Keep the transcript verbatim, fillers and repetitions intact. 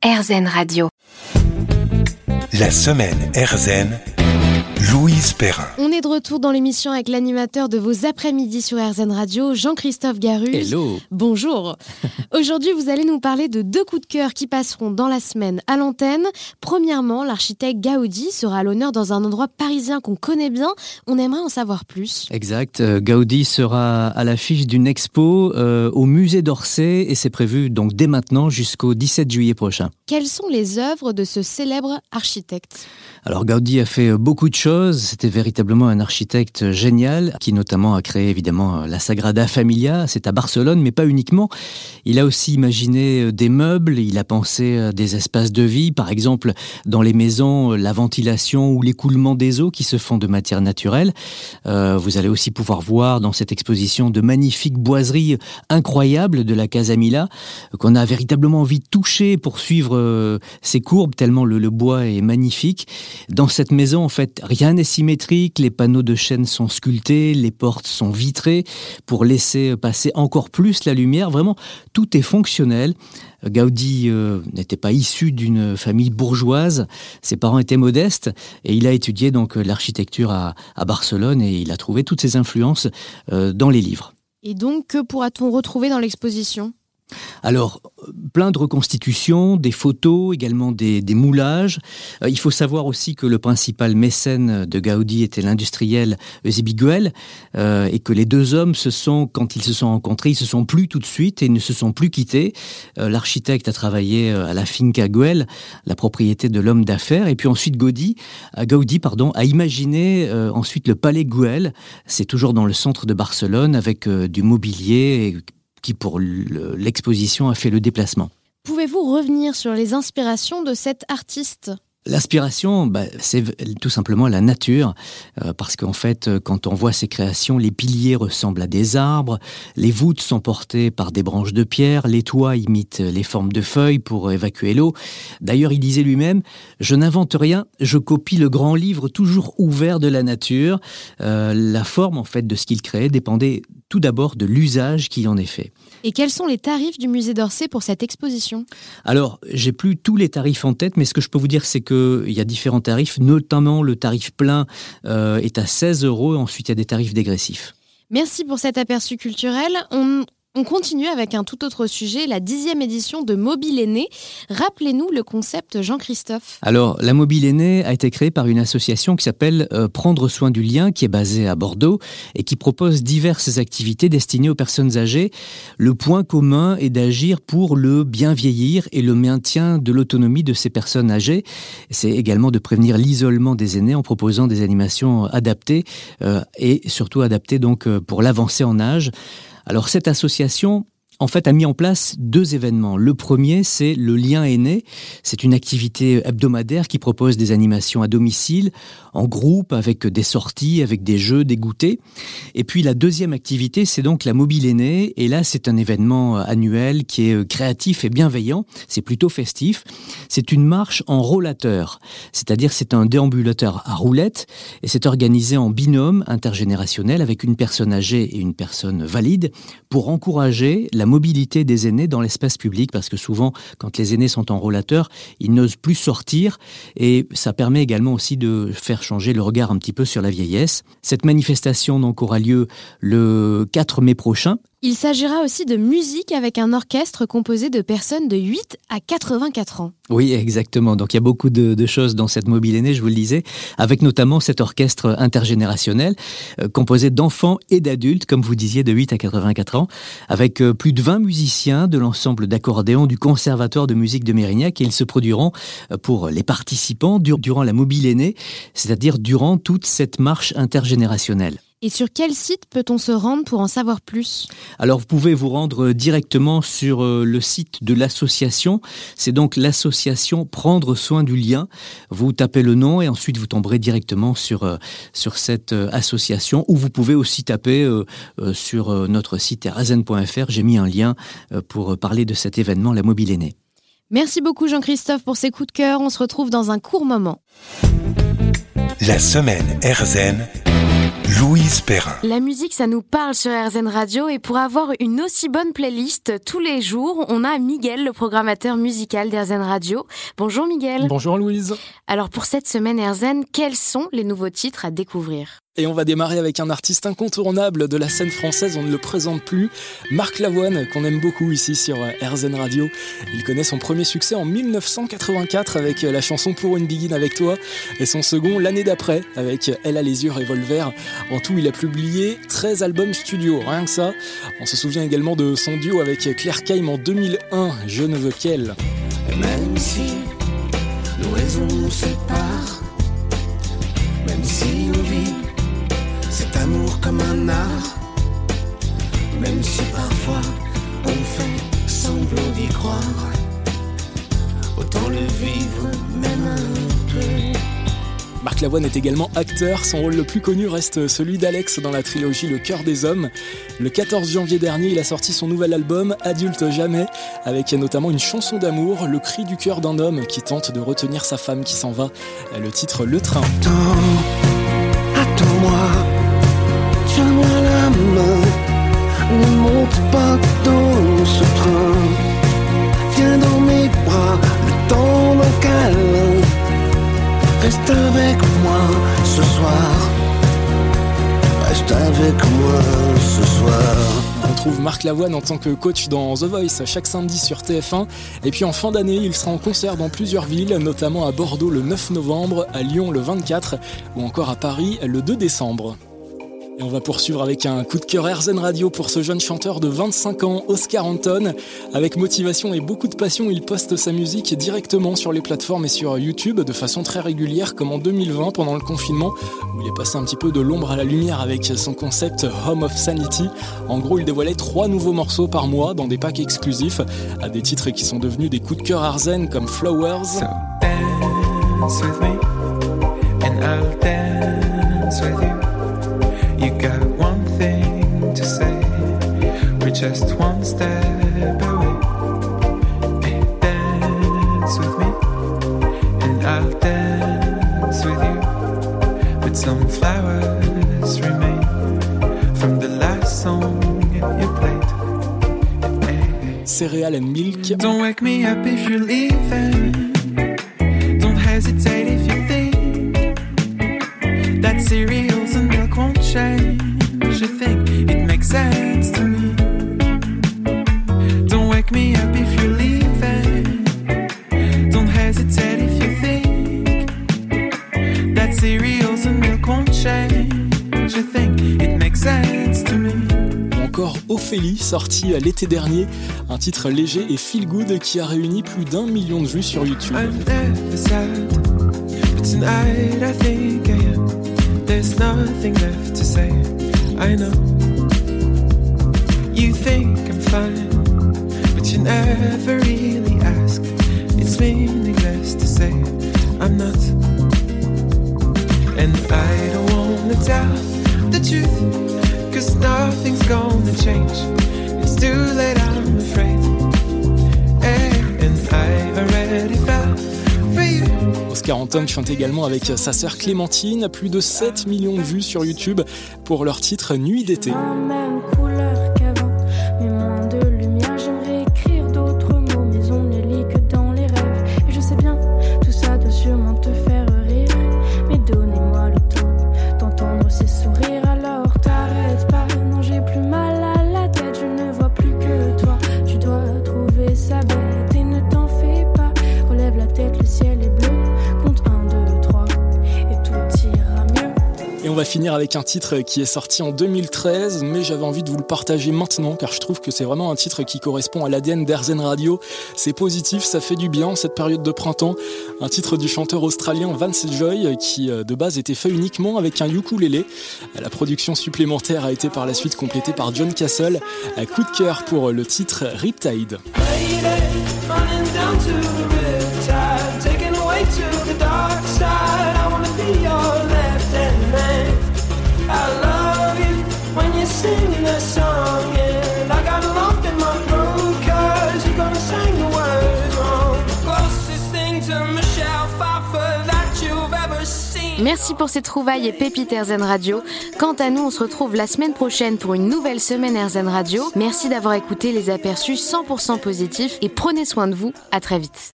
AirZen Radio. La semaine AirZen, Louise Perrin. On est de retour dans l'émission avec l'animateur de vos après-midi sur AirZen Radio, Jean-Christophe Garus. Hello. Bonjour. Aujourd'hui, vous allez nous parler de deux coups de cœur qui passeront dans la semaine à l'antenne. Premièrement, l'architecte Gaudi sera à l'honneur dans un endroit parisien qu'on connaît bien. On aimerait en savoir plus. Exact. Gaudi sera à l'affiche d'une expo euh, au musée d'Orsay et c'est prévu donc dès maintenant jusqu'au dix-sept juillet prochain. Quelles sont les œuvres de ce célèbre architecte ? Alors Gaudi a fait beaucoup de choses, c'était véritablement un architecte génial qui notamment a créé évidemment la Sagrada Familia, c'est à Barcelone mais pas uniquement. Il a aussi imaginé des meubles, il a pensé à des espaces de vie, par exemple dans les maisons, la ventilation ou l'écoulement des eaux qui se font de matière naturelle. Euh, vous allez aussi pouvoir voir dans cette exposition de magnifiques boiseries incroyables de la Casa Mila qu'on a véritablement envie de toucher pour suivre euh, ces courbes tellement le, le bois est magnifique. Dans cette maison, en fait, rien n'est symétrique, les panneaux de chêne sont sculptés, les portes sont vitrées pour laisser passer encore plus la lumière. Vraiment, tout est fonctionnel. Gaudi euh, n'était pas issu d'une famille bourgeoise, ses parents étaient modestes et il a étudié donc l'architecture à, à Barcelone et il a trouvé toutes ses influences euh, dans les livres. Et donc, que pourra-t-on retrouver dans l'exposition ? Alors, plein de reconstitutions, des photos, également des, des moulages. Euh, il faut savoir aussi que le principal mécène de Gaudi était l'industriel Eusebio Güell euh, et que les deux hommes se sont, quand ils se sont rencontrés, ils se sont plus tout de suite et ne se sont plus quittés. Euh, l'architecte a travaillé à la Finca Güell, la propriété de l'homme d'affaires, et puis ensuite Gaudi, euh, Gaudi pardon, a imaginé euh, ensuite le palais Güell. C'est toujours dans le centre de Barcelone avec euh, du mobilier et, qui pour l'exposition a fait le déplacement. Pouvez-vous revenir sur les inspirations de cet artiste ? L'inspiration, bah, c'est tout simplement la nature, euh, parce qu'en fait, quand on voit ces créations, les piliers ressemblent à des arbres, les voûtes sont portées par des branches de pierre, les toits imitent les formes de feuilles pour évacuer l'eau. D'ailleurs, il disait lui-même, « Je n'invente rien, je copie le grand livre toujours ouvert de la nature. Euh, » La forme, en fait, de ce qu'il créait dépendait tout d'abord de l'usage qui en est fait. Et quels sont les tarifs du musée d'Orsay pour cette exposition ? Alors, j'ai plus tous les tarifs en tête, mais ce que je peux vous dire, c'est qu'il y a différents tarifs, notamment le tarif plein euh, est à seize euros, ensuite il y a des tarifs dégressifs. Merci pour cet aperçu culturel. On... On continue avec un tout autre sujet, la dixième édition de Mobile est née. Rappelez-nous le concept, Jean-Christophe. Alors, la Mobile est née a été créée par une association qui s'appelle euh, Prendre soin du lien, qui est basée à Bordeaux et qui propose diverses activités destinées aux personnes âgées. Le point commun est d'agir pour le bien vieillir et le maintien de l'autonomie de ces personnes âgées. C'est également de prévenir l'isolement des aînés en proposant des animations adaptées euh, et surtout adaptées donc euh, pour l'avancée en âge. Alors cette association, en fait, a mis en place deux événements. Le premier, c'est le lien aîné. C'est une activité hebdomadaire qui propose des animations à domicile, en groupe, avec des sorties, avec des jeux, des goûters. Et puis la deuxième activité, c'est donc la Mobile est née. Et là, c'est un événement annuel qui est créatif et bienveillant. C'est plutôt festif. C'est une marche en rollateur. C'est-à-dire, c'est un déambulateur à roulettes. Et c'est organisé en binôme intergénérationnel avec une personne âgée et une personne valide pour encourager la mobilité des aînés dans l'espace public, parce que souvent, quand les aînés sont en rollateur, ils n'osent plus sortir et ça permet également aussi de faire changer le regard un petit peu sur la vieillesse. Cette manifestation donc aura lieu le quatre mai prochain. Il s'agira aussi de musique avec un orchestre composé de personnes de huit à quatre-vingt-quatre ans. Oui, exactement. Donc il y a beaucoup de, de choses dans cette Mobile est née, je vous le disais, avec notamment cet orchestre intergénérationnel euh, composé d'enfants et d'adultes, comme vous disiez, de huit à quatre-vingt-quatre ans, avec euh, plus de vingt musiciens de l'ensemble d'accordéon du Conservatoire de musique de Mérignac, et ils se produiront euh, pour les participants dur- durant la Mobile est née, c'est-à-dire durant toute cette marche intergénérationnelle. Et sur quel site peut-on se rendre pour en savoir plus ? Alors, vous pouvez vous rendre directement sur le site de l'association. C'est donc l'association Prendre soin du lien. Vous tapez le nom et ensuite vous tomberez directement sur, sur cette association. Ou vous pouvez aussi taper euh, sur notre site airzen point f r. J'ai mis un lien pour parler de cet événement, la Mobile est née. Merci beaucoup Jean-Christophe pour ces coups de cœur. On se retrouve dans un court moment. La semaine AirZen, Louise Perrin. La musique, ça nous parle sur R Z N Radio et pour avoir une aussi bonne playlist tous les jours, on a Miguel, le programmateur musical d'R Z N Radio. Bonjour Miguel. Bonjour Louise. Alors pour cette semaine R Z N, quels sont les nouveaux titres à découvrir ? Et on va démarrer avec un artiste incontournable de la scène française, on ne le présente plus, Marc Lavoine, qu'on aime beaucoup ici sur R Z N Radio. Il connaît son premier succès en dix-neuf cent quatre-vingt-quatre avec la chanson Pour une Begin avec toi et son second l'année d'après avec Elle a les yeux revolver. En tout, il a publié treize albums studio, rien que ça. On se souvient également de son duo avec Claire Keim en deux mille un, Je ne veux qu'elle. Même si nos raisons nous séparent, même si nos vies cet amour comme un art, même si parfois on fait semblant d'y croire, autant le vivre même un peu. Marc Lavoine est également acteur, son rôle le plus connu reste celui d'Alex dans la trilogie Le Cœur des Hommes. Le quatorze janvier dernier, il a sorti son nouvel album Adulte Jamais, avec notamment une chanson d'amour, Le cri du cœur d'un homme qui tente de retenir sa femme qui s'en va. Le titre Le Train. Attends, attends-moi. Tiens-moi la main, ne monte pas dans ce train. Viens dans mes bras, le temps d'un câlin. Reste avec moi ce soir. Reste avec moi ce soir. On trouve Marc Lavoine en tant que coach dans The Voice chaque samedi sur T F un. Et puis en fin d'année, il sera en concert dans plusieurs villes, notamment à Bordeaux le neuf novembre, à Lyon le vingt-quatre ou encore à Paris le deux décembre. Et on va poursuivre avec un coup de cœur R Z N Radio pour ce jeune chanteur de vingt-cinq ans, Oscar Anton. Avec motivation et beaucoup de passion, il poste sa musique directement sur les plateformes et sur YouTube de façon très régulière, comme en deux mille vingt pendant le confinement, où il est passé un petit peu de l'ombre à la lumière avec son concept Home of Sanity. En gros, il dévoilait trois nouveaux morceaux par mois dans des packs exclusifs, à des titres qui sont devenus des coups de cœur R Z N comme Flowers. So dance with me, and I'll dance with you. You got one thing to say, we're just one step away. Hey, dance with me, and I'll dance with you. But some flowers remain from the last song you played. Hey. Cereal and Milk. Don't wake me up if you're leaving. Don't hesitate if you think that cereals and milk won't change. I think it makes sense to me. Don't wake me up if you're leaving. Don't hesitate if you think that cereals and milk won't change. I think it makes sense to me. Encore Ophélie, sorti l'été dernier, un titre léger et feel good qui a réuni plus d'un million de vues sur YouTube. I'm never sad, but tonight I think I am. There's nothing left to say, I know. You think I'm fine, but you never really ask. It's meaningless to say I'm not. And I don't wanna tell the truth, cause nothing's gonna change. It's too late, I'm afraid. Hey, and I've already fell for you. Oscar Anton chante également avec sa sœur Clémentine, plus de sept millions de vues sur YouTube pour leur titre Nuit d'été. La même couleur qu'avant, mais moins de lumière. J'aimerais écrire d'autres mots, mais on ne lit que dans les rêves. Et je sais bien, tout ça doit sûrement te faire rire, mais donnez-moi le temps d'entendre ces sourires. Alors t'arrêtes pas, non j'ai plus mal à la tête. Je ne vois plus que toi, tu dois trouver ça bête. Et ne t'en fais pas, relève la tête, le ciel est bleu. Compte un, deux, trois, et tout ira mieux. Et on va finir avec un titre qui est sorti en deux mille treize, mais j'avais envie de vous le partager maintenant car je trouve que c'est vraiment un titre qui correspond à l'A D N d'R Z N Radio. C'est positif, ça fait du bien en cette période de printemps. Un titre du chanteur australien Vance Joy qui de base était fait uniquement avec un ukulélé. La production supplémentaire a été par la suite complétée par John Castle. Un coup de cœur pour le titre Riptide. Singing a song, and I got a lump in my throat, cause you're gonna sing the words wrong. Closest thing to Michelle Pfeiffer that you've ever seen. Merci pour ces trouvailles et pépites AirZen Radio. Quant à nous, on se retrouve la semaine prochaine pour une nouvelle semaine AirZen Radio. Merci d'avoir écouté les aperçus cent pour cent positifs et prenez soin de vous. À très vite.